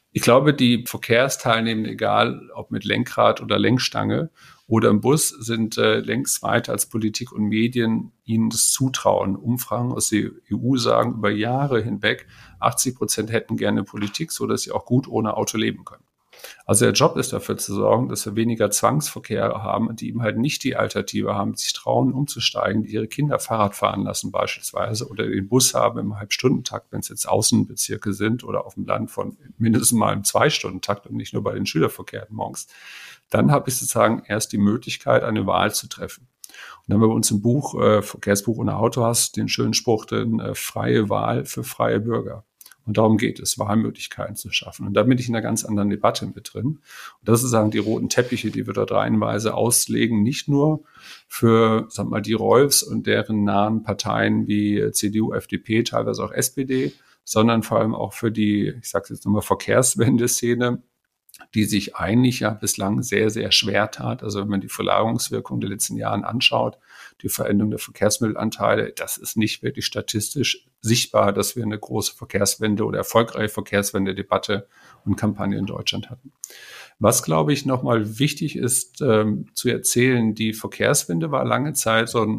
Speaker 5: Ich glaube, die Verkehrsteilnehmenden, egal ob mit Lenkrad oder Lenkstange oder im Bus, sind längst weiter als Politik und Medien ihnen das zutrauen. Umfragen aus der EU sagen über Jahre hinweg, 80% hätten gerne Politik, so dass sie auch gut ohne Auto leben können. Also der Job ist dafür zu sorgen, dass wir weniger Zwangsverkehr haben, die eben halt nicht die Alternative haben, sich trauen, umzusteigen, die ihre Kinder Fahrrad fahren lassen beispielsweise oder den Bus haben im Halbstundentakt, wenn es jetzt Außenbezirke sind oder auf dem Land von mindestens mal im 2-Stunden-Takt und nicht nur bei den Schülerverkehren morgens. Dann habe ich sozusagen erst die Möglichkeit, eine Wahl zu treffen. Und dann bei uns im Buch, Verkehrsbuch ohne Auto, hast den schönen Spruch, denn freie Wahl für freie Bürger. Und darum geht es, Wahlmöglichkeiten zu schaffen. Und da bin ich in einer ganz anderen Debatte mit drin. Und das sind sozusagen die roten Teppiche, die wir dort reihenweise auslegen, nicht nur für, sagen wir mal, die Rolfs und deren nahen Parteien wie CDU, FDP, teilweise auch SPD, sondern vor allem auch für die, ich sage es jetzt nochmal, Verkehrswende-Szene, die sich eigentlich ja bislang sehr, sehr schwer tat. Also wenn man die Verlagerungswirkung der letzten Jahre anschaut, die Veränderung der Verkehrsmittelanteile, das ist nicht wirklich statistisch sichtbar, dass wir eine große Verkehrswende oder erfolgreiche Verkehrswende-Debatte und Kampagne in Deutschland hatten. Was, glaube ich, nochmal wichtig ist zu erzählen, die Verkehrswende war lange Zeit so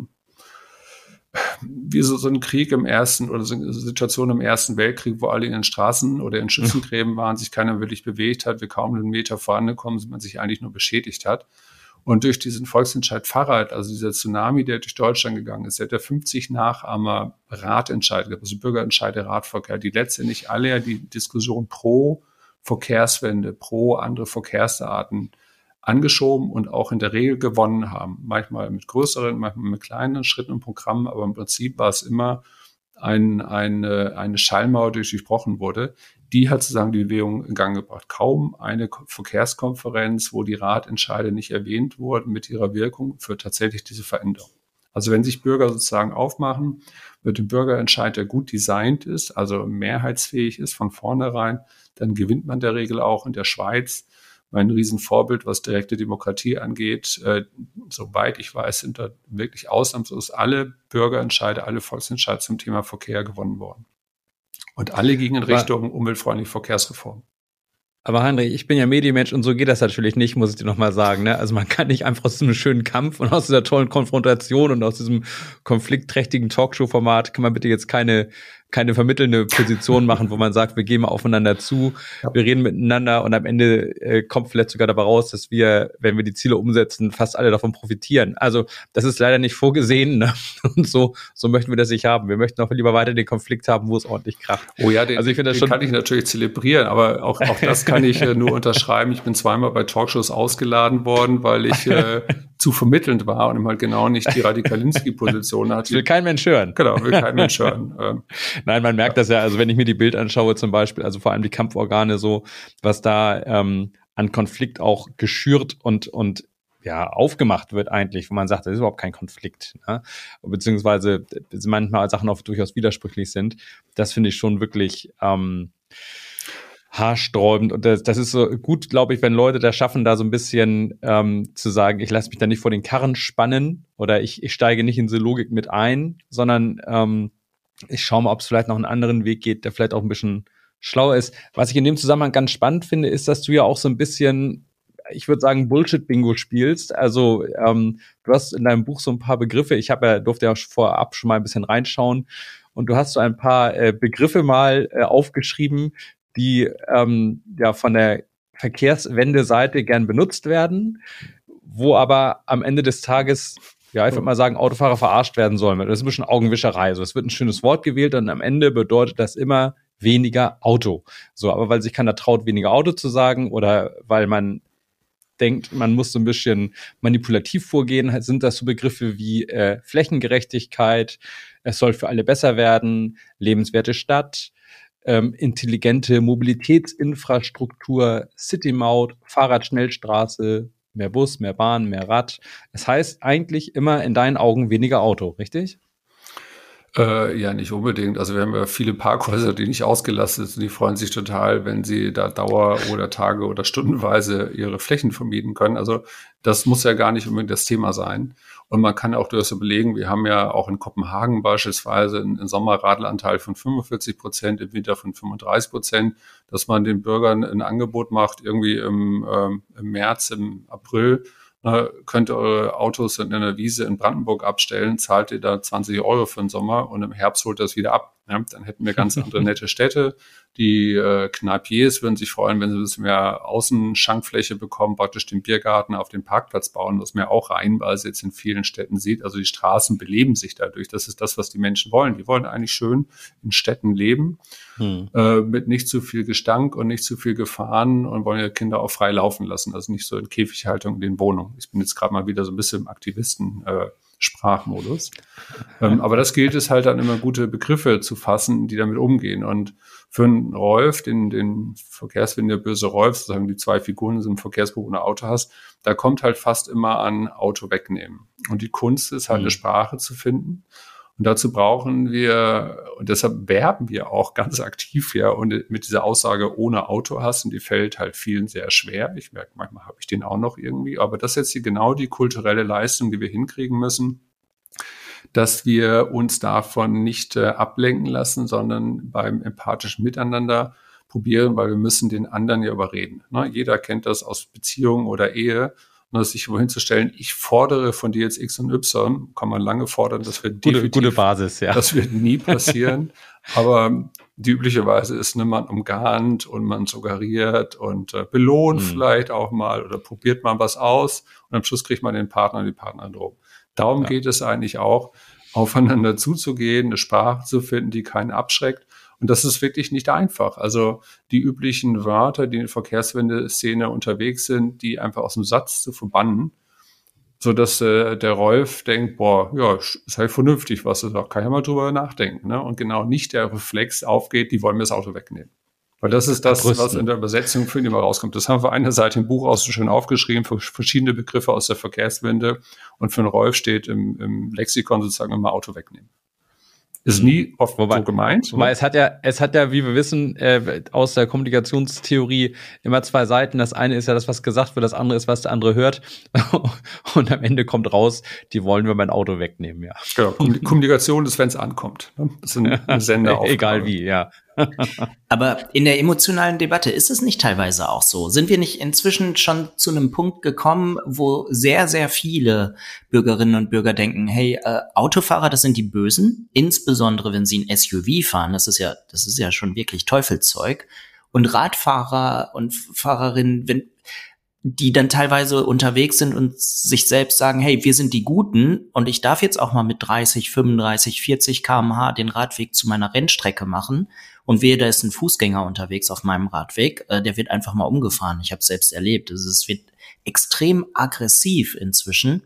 Speaker 5: ein Krieg im Ersten oder so eine Situation im Ersten Weltkrieg, wo alle in den Straßen oder in Schützengräben waren, sich keiner wirklich bewegt hat, wir kaum einen Meter vorangekommen sind, man sich eigentlich nur beschädigt hat. Und durch diesen Volksentscheid Fahrrad, also dieser Tsunami, der durch Deutschland gegangen ist, hat er 50 Nachahmer Radentscheide, also Bürgerentscheide, Radverkehr, die letztendlich alle ja die Diskussion pro Verkehrswende, pro andere Verkehrsarten angeschoben und auch in der Regel gewonnen haben. Manchmal mit größeren, manchmal mit kleineren Schritten und Programmen, aber im Prinzip war es immer eine Schallmauer, die durchbrochen wurde. Die hat sozusagen die Bewegung in Gang gebracht. Kaum eine Verkehrskonferenz, wo die Radentscheide nicht erwähnt wurden mit ihrer Wirkung für tatsächlich diese Veränderung. Also wenn sich Bürger sozusagen aufmachen, mit dem Bürgerentscheid, der gut designt ist, also mehrheitsfähig ist von vornherein, dann gewinnt man in der Regel auch. In der Schweiz mein Riesenvorbild, was direkte Demokratie angeht. Soweit ich weiß, sind da wirklich ausnahmslos alle Bürgerentscheide, alle Volksentscheide zum Thema Verkehr gewonnen worden. Und alle gingen in Richtung umweltfreundliche Verkehrsreform.
Speaker 3: Aber Heinrich, ich bin ja Medienmensch und so geht das natürlich nicht, muss ich dir nochmal sagen. Ne? Also man kann nicht einfach aus diesem schönen Kampf und aus dieser tollen Konfrontation und aus diesem konfliktträchtigen Talkshow-Format kann man bitte jetzt keine vermittelnde Position machen, wo man sagt, wir gehen mal aufeinander zu, wir reden miteinander und am Ende kommt vielleicht sogar dabei raus, dass wir, wenn wir die Ziele umsetzen, fast alle davon profitieren. Also das ist leider nicht vorgesehen, ne? Und so möchten wir das nicht haben. Wir möchten auch lieber weiter den Konflikt haben, wo es ordentlich kracht.
Speaker 5: Oh ja, also ich finde das schon, kann ich natürlich zelebrieren, aber auch das kann ich nur unterschreiben. Ich bin zweimal bei Talkshows ausgeladen worden, weil ich zu vermittelnd war und immer genau nicht die Radikalinski-Position hatte.
Speaker 3: Will kein Mensch hören.
Speaker 5: Genau, will kein Mensch hören.
Speaker 3: Nein, man merkt das ja, also wenn ich mir die Bild anschaue zum Beispiel, also vor allem die Kampforgane so, was da an Konflikt auch geschürt und ja aufgemacht wird eigentlich, wo man sagt, das ist überhaupt kein Konflikt, ne? Beziehungsweise manchmal Sachen auch durchaus widersprüchlich sind. Das finde ich schon wirklich haarsträubend und das ist so gut, glaube ich, wenn Leute das schaffen, da so ein bisschen zu sagen, ich lasse mich da nicht vor den Karren spannen oder ich steige nicht in diese Logik mit ein, sondern ich schaue mal, ob es vielleicht noch einen anderen Weg geht, der vielleicht auch ein bisschen schlauer ist. Was ich in dem Zusammenhang ganz spannend finde, ist, dass du ja auch so ein bisschen, ich würde sagen, Bullshit-Bingo spielst. Also du hast in deinem Buch so ein paar Begriffe. Durfte ja vorab schon mal ein bisschen reinschauen. Und du hast so ein paar Begriffe mal aufgeschrieben, die ja von der Verkehrswende-Seite gern benutzt werden, wo aber am Ende des Tages ja, ich würde mal sagen, Autofahrer verarscht werden sollen. Das ist ein bisschen Augenwischerei. So, es wird ein schönes Wort gewählt und am Ende bedeutet das immer weniger Auto. So, aber weil sich keiner traut, weniger Auto zu sagen oder weil man denkt, man muss so ein bisschen manipulativ vorgehen, sind das so Begriffe wie Flächengerechtigkeit, es soll für alle besser werden, lebenswerte Stadt, intelligente Mobilitätsinfrastruktur, City-Maut, Fahrradschnellstraße, mehr Bus, mehr Bahn, mehr Rad. Das heißt eigentlich immer in deinen Augen weniger Auto, richtig?
Speaker 5: Ja, nicht unbedingt. Also wir haben ja viele Parkhäuser, die nicht ausgelastet sind. Die freuen sich total, wenn sie da Dauer- oder Tage- oder Stundenweise ihre Flächen vermieten können. Also das muss ja gar nicht unbedingt das Thema sein. Und man kann auch durchaus überlegen, wir haben ja auch in Kopenhagen beispielsweise einen Sommerradlanteil von 45%, im Winter von 35%, dass man den Bürgern ein Angebot macht, irgendwie im März, im April, könnt ihr eure Autos in einer Wiese in Brandenburg abstellen, zahlt ihr da 20 Euro für den Sommer und im Herbst holt das wieder ab. Ja, dann hätten wir ganz andere nette Städte. Die Kneipiers würden sich freuen, wenn sie ein bisschen mehr Außenschankfläche bekommen, praktisch den Biergarten auf den Parkplatz bauen, was man ja auch reihenweise jetzt in vielen Städten sieht. Also die Straßen beleben sich dadurch. Das ist das, was die Menschen wollen. Die wollen eigentlich schön in Städten leben, mit nicht zu viel Gestank und nicht zu viel Gefahren und wollen ihre Kinder auch frei laufen lassen. Also nicht so in Käfighaltung in den Wohnungen. Ich bin jetzt gerade mal wieder so ein bisschen im Aktivisten Sprachmodus. Aber das gilt es halt dann immer gute Begriffe zu fassen, die damit umgehen. Und für einen Rolf, den Verkehrswende böse Rolf, sozusagen die zwei Figuren, die du im Verkehrsbuch ohne Auto hast, da kommt halt fast immer an Auto wegnehmen. Und die Kunst ist halt eine Sprache zu finden. Und dazu brauchen wir, und deshalb werben wir auch ganz aktiv ja, und mit dieser Aussage ohne Auto hast, und die fällt halt vielen sehr schwer. Ich merke, manchmal habe ich den auch noch irgendwie, aber das ist jetzt genau die kulturelle Leistung, die wir hinkriegen müssen, dass wir uns davon nicht ablenken lassen, sondern beim empathischen Miteinander probieren, weil wir müssen den anderen ja überreden. Ne? Jeder kennt das aus Beziehungen oder Ehe. Und sich wohin zu stellen, ich fordere von dir jetzt X und Y, kann man lange fordern, das wird definitiv,
Speaker 3: gute Basis, ja.
Speaker 5: Das wird nie passieren. Aber die übliche Weise ist, man umgarnt und man suggeriert und belohnt vielleicht auch mal oder probiert mal was aus und am Schluss kriegt man den Partner und die Partnerin drum. Darum geht es eigentlich auch, aufeinander zuzugehen, eine Sprache zu finden, die keinen abschreckt. Und das ist wirklich nicht einfach. Also die üblichen Wörter, die in der Verkehrswende-Szene unterwegs sind, die einfach aus dem Satz zu verbannen, so dass der Rolf denkt, boah, ja, ist halt vernünftig, was du sagst, kann ja mal drüber nachdenken. Ne? Und genau nicht der Reflex aufgeht, die wollen mir das Auto wegnehmen. Weil das ist das, was in der Übersetzung für ihn immer rauskommt. Das haben wir eine Seite im Buch auch so schön aufgeschrieben, für verschiedene Begriffe aus der Verkehrswende. Und für den Rolf steht im Lexikon sozusagen immer Auto wegnehmen. Ist nie oft so gemeint.
Speaker 3: Wobei es hat ja, wie wir wissen, aus der Kommunikationstheorie immer zwei Seiten. Das eine ist ja das, was gesagt wird, das andere ist, was der andere hört. Und am Ende kommt raus, die wollen wir mein Auto wegnehmen, ja.
Speaker 5: Genau, Kommunikation ist, wenn es ankommt. Das ist eine Senderaufgabe.
Speaker 3: Egal wie, ja.
Speaker 4: Aber in der emotionalen Debatte ist es nicht teilweise auch so? Sind wir nicht inzwischen schon zu einem Punkt gekommen, wo sehr, sehr viele Bürgerinnen und Bürger denken, hey, Autofahrer, das sind die Bösen, insbesondere wenn sie ein SUV fahren, das ist ja schon wirklich Teufelszeug. Und Radfahrer und Fahrerinnen, die dann teilweise unterwegs sind und sich selbst sagen, hey, wir sind die Guten und ich darf jetzt auch mal mit 30, 35, 40 km/h den Radweg zu meiner Rennstrecke machen und wehe, da ist ein Fußgänger unterwegs auf meinem Radweg, der wird einfach mal umgefahren. Ich habe es selbst erlebt. Es wird extrem aggressiv inzwischen,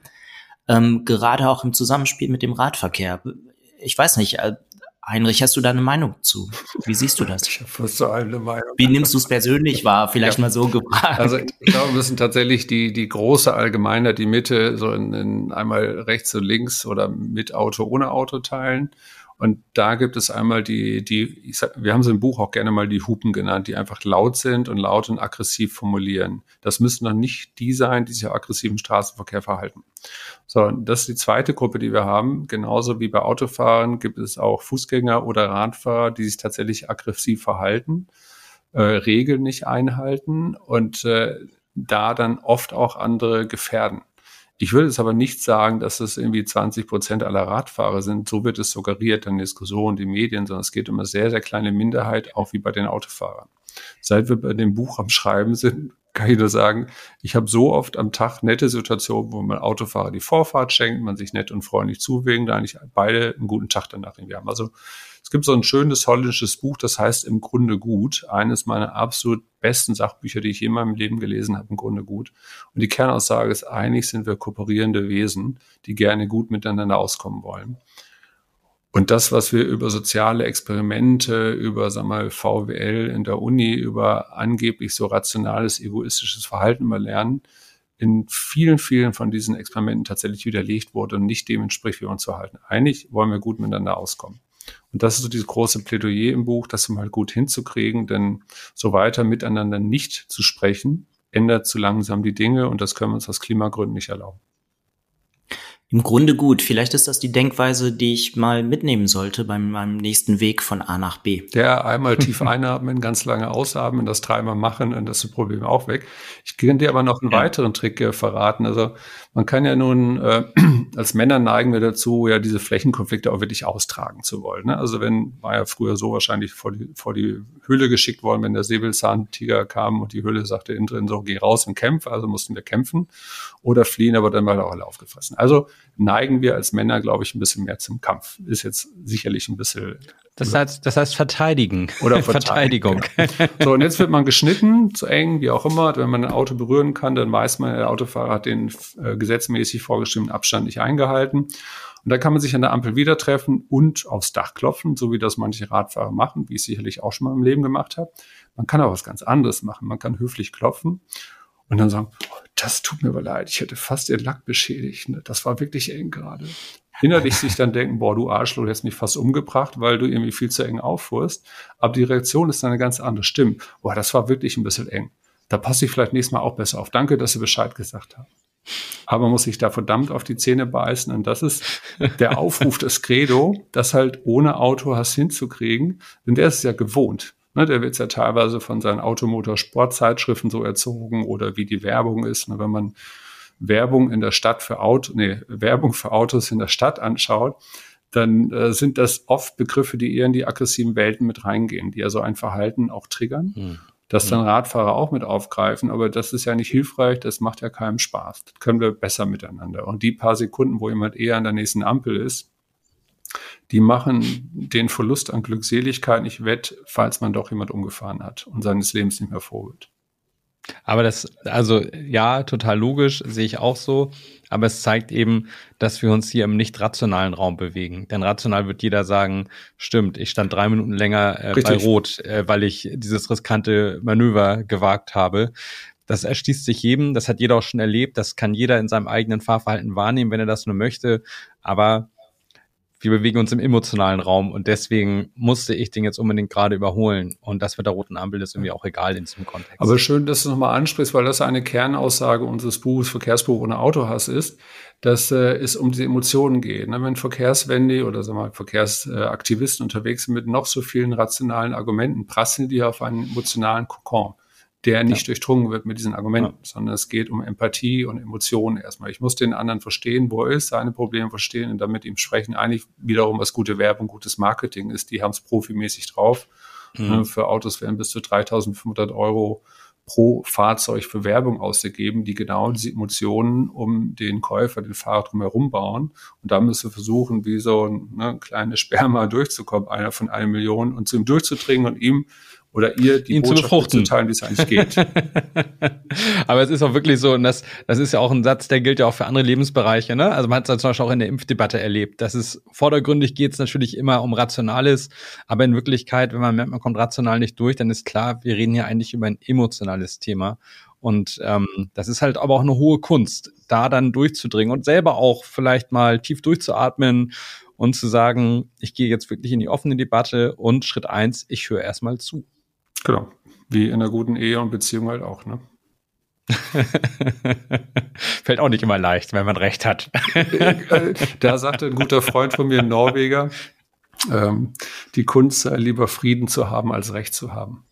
Speaker 4: gerade auch im Zusammenspiel mit dem Radverkehr. Ich weiß nicht, Heinrich, hast du da eine Meinung zu? Wie siehst du das?
Speaker 5: Ich habe fast zu allem eine Meinung.
Speaker 4: Wie nimmst du es persönlich wahr? Vielleicht mal so gefragt.
Speaker 5: Also ich glaube, wir müssen tatsächlich die große Allgemeinheit, die Mitte so in einmal rechts und links oder mit Auto, ohne Auto teilen. Und da gibt es einmal wir haben sie im Buch auch gerne mal die Hupen genannt, die einfach laut sind und laut und aggressiv formulieren. Das müssen noch nicht die sein, die sich auch aggressiv im Straßenverkehr verhalten. So, das ist die zweite Gruppe, die wir haben. Genauso wie bei Autofahren gibt es auch Fußgänger oder Radfahrer, die sich tatsächlich aggressiv verhalten, Regeln nicht einhalten und da dann oft auch andere gefährden. Ich würde es aber nicht sagen, dass es irgendwie 20% aller Radfahrer sind. So wird es suggeriert in Diskussionen, die Medien, sondern es geht um eine sehr, sehr kleine Minderheit, auch wie bei den Autofahrern. Seit wir bei dem Buch am Schreiben sind, kann ich nur sagen, ich habe so oft am Tag nette Situationen, wo man Autofahrer die Vorfahrt schenkt, man sich nett und freundlich zuwinkt, da eigentlich beide einen guten Tag danach irgendwie haben. Also es gibt so ein schönes holländisches Buch, das heißt Im Grunde gut. Eines meiner absolut besten Sachbücher, die ich je in meinem Leben gelesen habe, Im Grunde gut. Und die Kernaussage ist, eigentlich sind wir kooperierende Wesen, die gerne gut miteinander auskommen wollen. Und das, was wir über soziale Experimente, über, VWL in der Uni, über angeblich so rationales, egoistisches Verhalten mal lernen, in vielen, vielen von diesen Experimenten tatsächlich widerlegt wurde und nicht dem entspricht, wie wir uns verhalten. Eigentlich wollen wir gut miteinander auskommen. Und das ist so dieses große Plädoyer im Buch, das mal gut hinzukriegen, denn so weiter miteinander nicht zu sprechen, ändert zu langsam die Dinge und das können wir uns aus Klimagründen nicht erlauben.
Speaker 4: Im Grunde gut. Vielleicht ist das die Denkweise, die ich mal mitnehmen sollte bei meinem nächsten Weg von A nach B.
Speaker 5: Ja, einmal tief einatmen, ganz lange ausatmen, das 3-mal machen, und das ist das Problem auch weg. Ich kann dir aber noch einen weiteren Trick verraten. Also man kann ja nun, als Männer neigen wir dazu, ja diese Flächenkonflikte auch wirklich austragen zu wollen. Ne? Also war ja früher so wahrscheinlich vor die Höhle geschickt worden, wenn der Säbelzahntiger kam und die Höhle sagte innen drin so, geh raus und kämpf, also mussten wir kämpfen oder fliehen, aber dann war er auch alle aufgefressen. Also neigen wir als Männer, glaube ich, ein bisschen mehr zum Kampf. Ist jetzt sicherlich ein bisschen...
Speaker 3: Das heißt verteidigen.
Speaker 5: Oder Verteidigung. Ja. So, und jetzt wird man geschnitten, zu eng, wie auch immer. Wenn man ein Auto berühren kann, dann weiß man, der Autofahrer hat den gesetzmäßig vorgeschriebenen Abstand nicht eingehalten. Und dann kann man sich an der Ampel wieder treffen und aufs Dach klopfen, so wie das manche Radfahrer machen, wie ich sicherlich auch schon mal im Leben gemacht habe. Man kann auch was ganz anderes machen. Man kann höflich klopfen und dann sagen, das tut mir aber leid, ich hätte fast den Lack beschädigt. Ne? Das war wirklich eng gerade. Innerlich sich dann denken, boah, du Arschloch, du hättest mich fast umgebracht, weil du irgendwie viel zu eng auffuhrst. Aber die Reaktion ist dann eine ganz andere. Stimmt, boah, das war wirklich ein bisschen eng. Da passe ich vielleicht nächstes Mal auch besser auf. Danke, dass Sie Bescheid gesagt haben. Aber man muss sich da verdammt auf die Zähne beißen. Und das ist der Aufruf des Credo, das halt ohne Auto hast hinzukriegen. Denn der ist ja gewohnt. Ne, der wird ja teilweise von seinen Automotorsportzeitschriften so erzogen oder wie die Werbung ist. Ne, wenn man Werbung für Autos in der Stadt anschaut, dann sind das oft Begriffe, die eher in die aggressiven Welten mit reingehen, die also ein Verhalten auch triggern, das dann Radfahrer auch mit aufgreifen. Aber das ist ja nicht hilfreich, das macht ja keinem Spaß. Das können wir besser miteinander. Und die paar Sekunden, wo jemand eher an der nächsten Ampel ist, die machen den Verlust an Glückseligkeit nicht wett, falls man doch jemand umgefahren hat und seines Lebens nicht mehr froh wird.
Speaker 3: Aber ja, total logisch, sehe ich auch so. Aber es zeigt eben, dass wir uns hier im nicht rationalen Raum bewegen. Denn rational wird jeder sagen, stimmt, ich stand 3 Minuten länger bei Rot, weil ich dieses riskante Manöver gewagt habe. Das erschließt sich jedem, das hat jeder auch schon erlebt, das kann jeder in seinem eigenen Fahrverhalten wahrnehmen, wenn er das nur möchte. Aber wir bewegen uns im emotionalen Raum und deswegen musste ich den jetzt unbedingt gerade überholen. Und das mit der roten Ampel ist irgendwie auch egal in diesem Kontext.
Speaker 5: Aber schön, dass du nochmal ansprichst, weil das eine Kernaussage unseres Buches Verkehrsbuch ohne Autohass ist, dass es um diese Emotionen geht. Wenn Verkehrswende oder Verkehrsaktivisten unterwegs sind mit noch so vielen rationalen Argumenten, prasseln die auf einen emotionalen Kokon, der nicht durchdrungen wird mit diesen Argumenten, sondern es geht um Empathie und Emotionen erstmal. Ich muss den anderen verstehen, wo er ist, seine Probleme verstehen und dann mit ihm sprechen. Eigentlich wiederum, was gute Werbung, gutes Marketing ist. Die haben es profimäßig drauf. Für Autos werden bis zu 3.500 € pro Fahrzeug für Werbung ausgegeben, die genau diese Emotionen um den Käufer, den Fahrer drumherum bauen. Und da müssen wir versuchen, wie so ein kleines Sperma durchzukommen, einer von 1 Million, und zu ihm durchzudringen und ihm oder ihr die Botschaft zu teilen, wie es eigentlich geht.
Speaker 3: Aber es ist auch wirklich so, und das ist ja auch ein Satz, der gilt ja auch für andere Lebensbereiche, ne? Also man hat es zum Beispiel auch in der Impfdebatte erlebt. Das ist vordergründig geht es natürlich immer um Rationales, aber in Wirklichkeit, wenn man merkt, man kommt rational nicht durch, dann ist klar, wir reden hier eigentlich über ein emotionales Thema. Und das ist halt aber auch eine hohe Kunst, da dann durchzudringen und selber auch vielleicht mal tief durchzuatmen und zu sagen, ich gehe jetzt wirklich in die offene Debatte und Schritt 1, ich höre erstmal zu.
Speaker 5: Genau, wie in einer guten Ehe und Beziehung halt auch, ne?
Speaker 3: Fällt auch nicht immer leicht, wenn man recht hat.
Speaker 5: Da sagte ein guter Freund von mir, ein Norweger, die Kunst sei lieber Frieden zu haben, als Recht zu haben.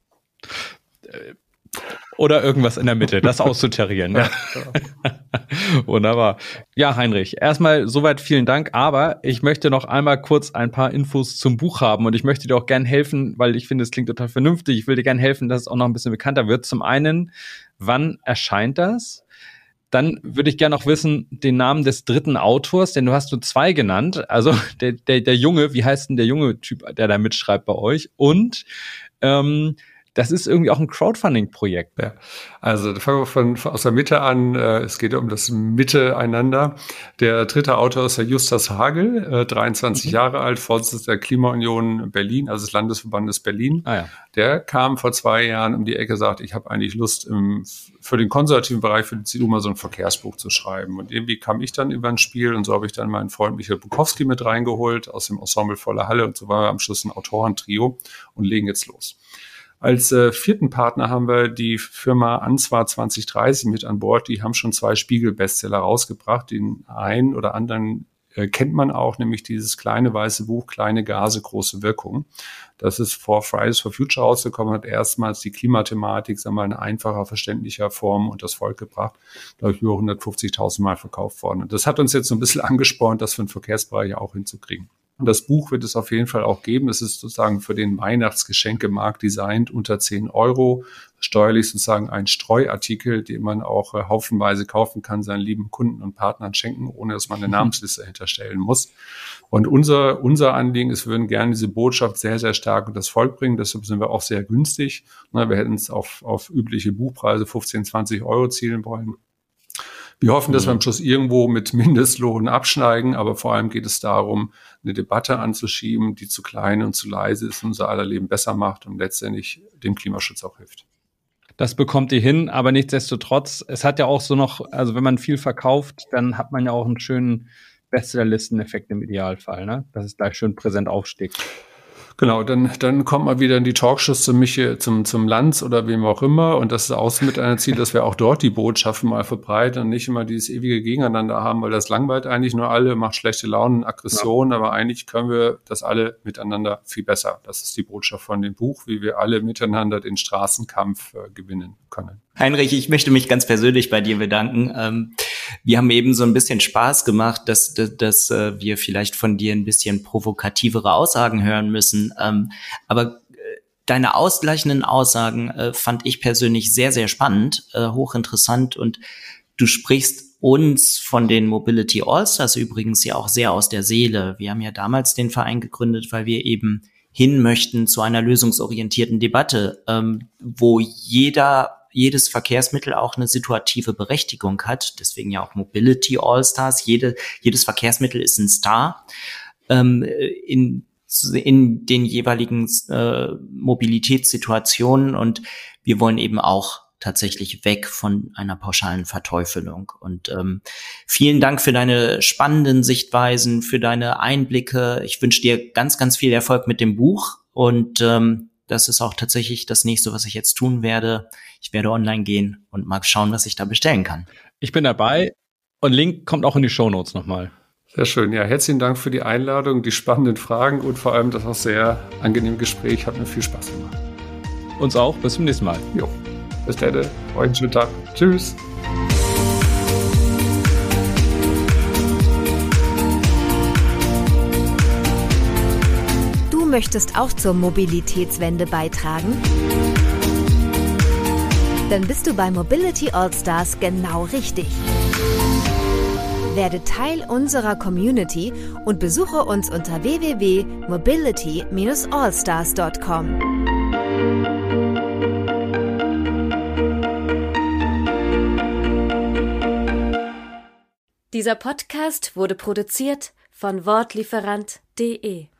Speaker 3: Oder irgendwas in der Mitte, das auszutarieren. Ja. Wunderbar. Ja, Heinrich, erstmal soweit vielen Dank, aber ich möchte noch einmal kurz ein paar Infos zum Buch haben und ich möchte dir auch gern helfen, weil ich finde, es klingt total vernünftig. Ich will dir gern helfen, dass es auch noch ein bisschen bekannter wird. Zum einen, wann erscheint das? Dann würde ich gerne noch wissen, den Namen des dritten Autors, denn du hast nur 2 genannt. Also der Junge, wie heißt denn der junge Typ, der da mitschreibt bei euch? Und das ist irgendwie auch ein Crowdfunding-Projekt.
Speaker 5: Ja, also fangen wir aus der Mitte an. Es geht um das Miteinander. Der dritte Autor ist der Justus Hagel, 23 Jahre alt, Vorsitzender der Klimaunion Berlin, also des Landesverbandes Berlin.
Speaker 3: Ah, ja.
Speaker 5: Der kam vor 2 Jahren um die Ecke, sagt, ich habe eigentlich Lust, für den konservativen Bereich, für die CDU mal so ein Verkehrsbuch zu schreiben. Und irgendwie kam ich dann über ein Spiel und so habe ich dann meinen Freund Michael Bukowski mit reingeholt aus dem Ensemble Volle Halle und so war am Schluss ein Autorentrio und legen jetzt los. Als vierten Partner haben wir die Firma Answar 2030 mit an Bord. Die haben schon 2 Spiegel-Bestseller rausgebracht. Den einen oder anderen kennt man auch, nämlich dieses kleine weiße Buch, Kleine Gase, große Wirkung. Das ist vor Fridays for Future rausgekommen, hat erstmals die Klimathematik, sagen wir mal, in einfacher, verständlicher Form und das Volk gebracht. Glaube ich, über 150.000 Mal verkauft worden. Und das hat uns jetzt so ein bisschen angespornt, das für den Verkehrsbereich auch hinzukriegen. Und das Buch wird es auf jeden Fall auch geben. Es ist sozusagen für den Weihnachtsgeschenkemarkt designt, unter 10 €. Steuerlich sozusagen ein Streuartikel, den man auch haufenweise kaufen kann, seinen lieben Kunden und Partnern schenken, ohne dass man eine Namensliste hinterstellen muss. Und unser Anliegen ist, wir würden gerne diese Botschaft sehr, sehr stark unter das Volk bringen. Deshalb sind wir auch sehr günstig. Wir hätten es auf übliche Buchpreise 15, 20 € zielen wollen. Wir hoffen, dass wir am Schluss irgendwo mit Mindestlohn abschneiden, aber vor allem geht es darum, eine Debatte anzuschieben, die zu klein und zu leise ist und unser aller Leben besser macht und letztendlich dem Klimaschutz auch hilft.
Speaker 3: Das bekommt ihr hin, aber nichtsdestotrotz, es hat ja auch so noch, also wenn man viel verkauft, dann hat man ja auch einen schönen Bestsellerlisteneffekt im Idealfall, ne? Dass es gleich schön präsent aufsteht.
Speaker 5: Genau, dann kommt man wieder in die Talkshows zum Lanz oder wem auch immer. Und das ist auch mit einer Ziel, dass wir auch dort die Botschaften mal verbreiten und nicht immer dieses ewige Gegeneinander haben, weil das langweilt eigentlich nur alle, macht schlechte Laune, Aggression. Ja. Aber eigentlich können wir das alle miteinander viel besser. Das ist die Botschaft von dem Buch, wie wir alle miteinander den Straßenkampf gewinnen können.
Speaker 4: Heinrich, ich möchte mich ganz persönlich bei dir bedanken. Wir haben eben so ein bisschen Spaß gemacht, dass wir vielleicht von dir ein bisschen provokativere Aussagen hören müssen. Aber deine ausgleichenden Aussagen fand ich persönlich sehr, sehr spannend, hochinteressant. Und du sprichst uns von den Mobility Allstars übrigens ja auch sehr aus der Seele. Wir haben ja damals den Verein gegründet, weil wir eben hin möchten zu einer lösungsorientierten Debatte, wo jedes Verkehrsmittel auch eine situative Berechtigung hat. Deswegen ja auch Mobility Allstars. Jedes Verkehrsmittel ist ein Star in den jeweiligen Mobilitätssituationen. Und wir wollen eben auch tatsächlich weg von einer pauschalen Verteufelung. Und vielen Dank für deine spannenden Sichtweisen, für deine Einblicke. Ich wünsche dir ganz, ganz viel Erfolg mit dem Buch. Und das ist auch tatsächlich das nächste, was ich jetzt tun werde. Ich werde online gehen und mal schauen, was ich da bestellen kann.
Speaker 3: Ich bin dabei und Link kommt auch in die Shownotes nochmal.
Speaker 5: Sehr schön. Ja, herzlichen Dank für die Einladung, die spannenden Fragen und vor allem das auch sehr angenehme Gespräch. Hat mir viel Spaß gemacht.
Speaker 3: Uns auch. Bis zum nächsten Mal.
Speaker 5: Jo. Bis dann. Euch einen schönen Tag. Tschüss.
Speaker 1: Du möchtest auch zur Mobilitätswende beitragen? Dann bist du bei Mobility Allstars genau richtig. Werde Teil unserer Community und besuche uns unter www.mobility-allstars.com.
Speaker 6: Dieser Podcast wurde produziert von Wortlieferant.de